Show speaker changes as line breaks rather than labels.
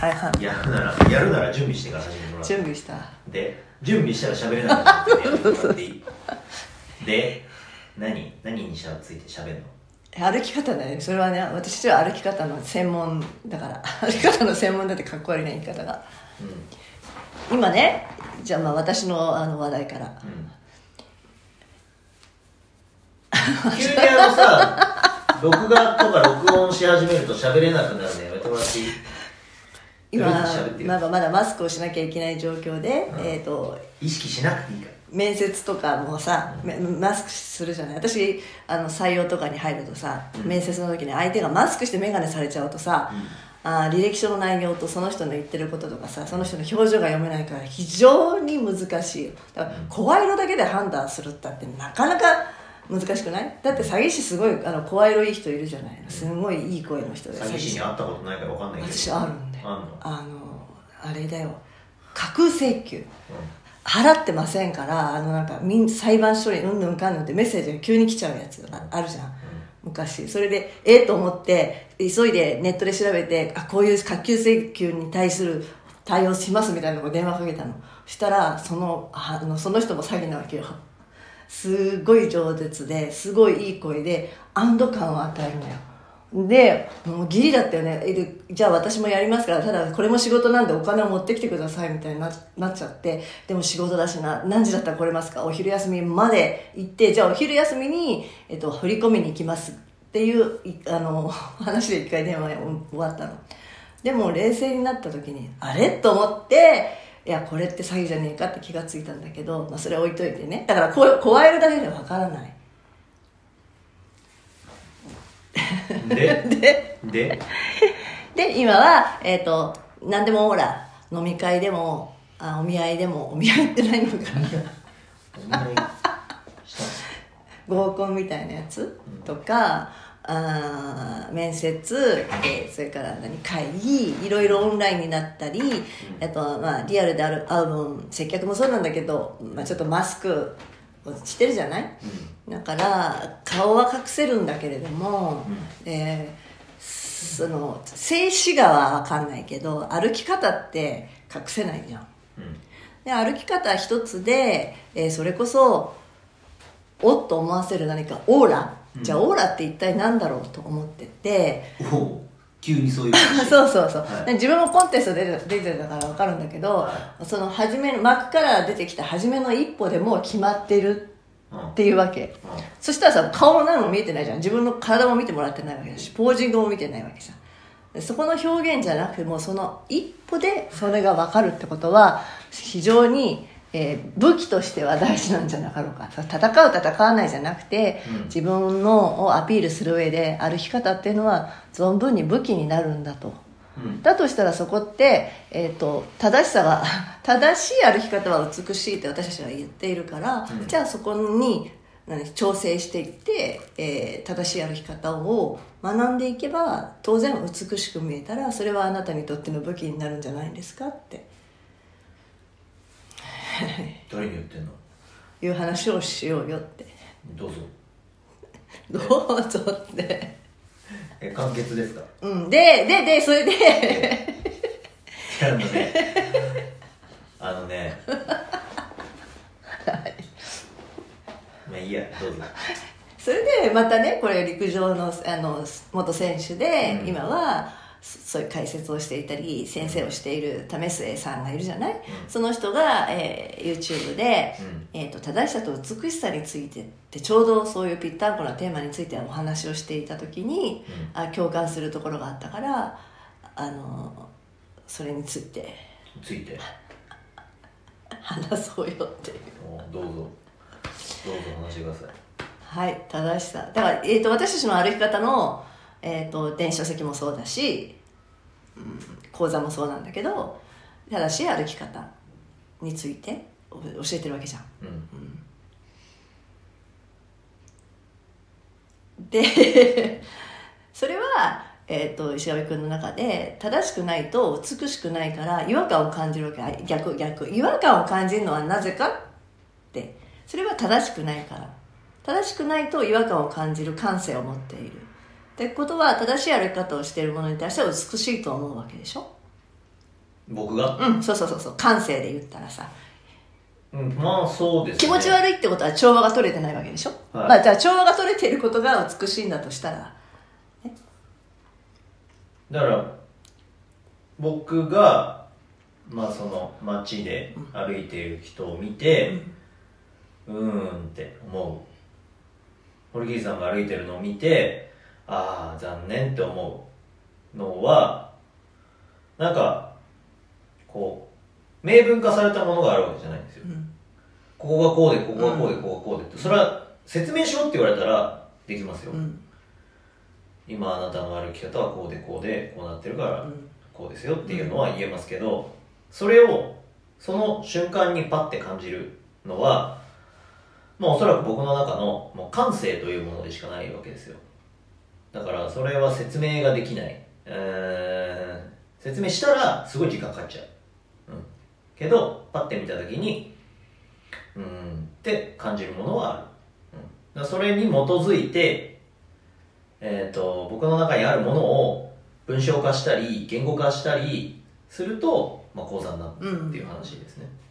はいはい。
やるなら準備してから始めてもらう。
準備した。
で、準備したら喋れなくなってやってもらっていい？で、何について喋るの？
歩き方だよ。それはね、私は歩き方の専門だから歩き方の専門だってかっこ悪いな言い方が、今ね、じゃあまあ私の話題から、
急にさ録画とか録音し始めると喋れなくなるのやめてもらっていい？
今まだマスクをしなきゃいけない状況で、
意識しなくていいから。
面接とかもさ、マスクするじゃない。私採用とかに入るとさ、面接の時に相手がマスクして眼鏡されちゃうとさ、履歴書の内容とその人の言ってることとかさ、その人の表情が読めないから非常に難しいよ。だから声色だけで判断するったってなかなか難しくない？だって詐欺師すごい声色いい人いるじゃない。すごいいい声の人で。
詐欺師に会ったことないから分かんないけど。
私あるんで。あれだよ。架空請求。払ってませんからなんか裁判所にうんぬんかんぬんってメッセージが急に来ちゃうやつがあるじゃん、昔。それでと思って急いでネットで調べて、こういう架空請求に対する対応しますみたいなのを電話かけたの。そしたらその人も詐欺なわけよ。すごい饒舌ですごいいい声で安堵感を与えるのよ。でもうギリだったよね。じゃあ私もやりますから、ただこれも仕事なんでお金を持ってきてくださいみたいになっちゃって、でも仕事だしな、何時だったら来れますか、お昼休みまで行って、じゃあお昼休みに、振り込みに行きますっていう話で一回電話終わったの。でも冷静になった時にあれと思って、いやこれって詐欺じゃねえかって気がついたんだけど、それは置いといてね。だから加えるだけではわからない。で今は何でもほら、飲み会でもお見合いでも、お見合いって何のかな合コンみたいなやつとか、面接、それから会議、いろいろオンラインになったり、あとリアルで会う分接客もそうなんだけど、ちょっとマスクをしてるじゃない、だから顔は隠せるんだけれども、その静止画は分かんないけど歩き方って隠せないじゃん、で歩き方一つで、それこそおっと思わせる何かオーラ、じゃあオーラって一体何だろうと思ってて、
急にそういう
そう、はい、自分もコンテスト出てたから分かるんだけど、その初めの幕から出てきた初めの一歩でもう決まってるっていうわけ、そしたらさ、顔も何も見えてないじゃん。自分の体も見てもらってないわけだし、ポージングも見てないわけじゃん。そこの表現じゃなくても、その一歩でそれが分かるってことは非常に、武器としては大事なんじゃなかろうか。戦わないじゃなくて、自分のをアピールする上で歩き方っていうのは存分に武器になるんだと、だとしたらそこって、正しい歩き方は美しいって私たちは言っているから、じゃあそこに調整していって、正しい歩き方を学んでいけば当然美しく見えたら、それはあなたにとっての武器になるんじゃないですかって
誰に言ってんの？
いう話をしようよって。
どうぞ
どうぞって
簡潔ですか？
でそれで
あのねまあいいや、どうぞ。
それでまたね、これ陸上の元選手で、今はそういう解説をしていたり先生をしている為末さんがいるじゃない、その人が、YouTube で、正しさと美しさについてってちょうどそういうぴったんこなテーマについてお話をしていた時に、共感するところがあったから、それについて話そうよっていう。
どうぞ話してください。
はい、正しさだから、私たちの歩き方の、電子書籍もそうだし、講座もそうなんだけど、正しい歩き方について教えてるわけじゃん、でそれは、石上君の中で正しくないと美しくないから違和感を感じるわけ。逆違和感を感じるのはなぜかって、それは正しくないから。正しくないと違和感を感じる感性を持っているってことは、正しい歩き方をしているものに対しては美しいと思うわけでしょ。
僕が
そう感性で言ったらさ、
まあそうですね。
気持ち悪いってことは調和が取れてないわけでしょ、
はい、
まあじゃあ調和が取れていることが美しいんだとしたら、ね、
だから僕がまあその街で歩いている人を見て、って思う。堀切さんが歩いてるのを見て、ああ残念って思うのは、なんかこう明文化されたものがあるわけじゃないんですよ、ここがこうでここがこうでここがこうでって、それは説明しろって言われたらできますよ、今あなたの歩き方はこうでこうでこうなってるからこうですよっていうのは言えますけど、それをその瞬間にパッて感じるのは、まあおそらく僕の中のもう感性というものでしかないわけですよ。だからそれは説明ができない、説明したらすごい時間かかっちゃう、けどパッて見た時にって感じるものはある、だからそれに基づいて、僕の中にあるものを文章化したり言語化したりすると、まあ、講座になるっていう話ですね、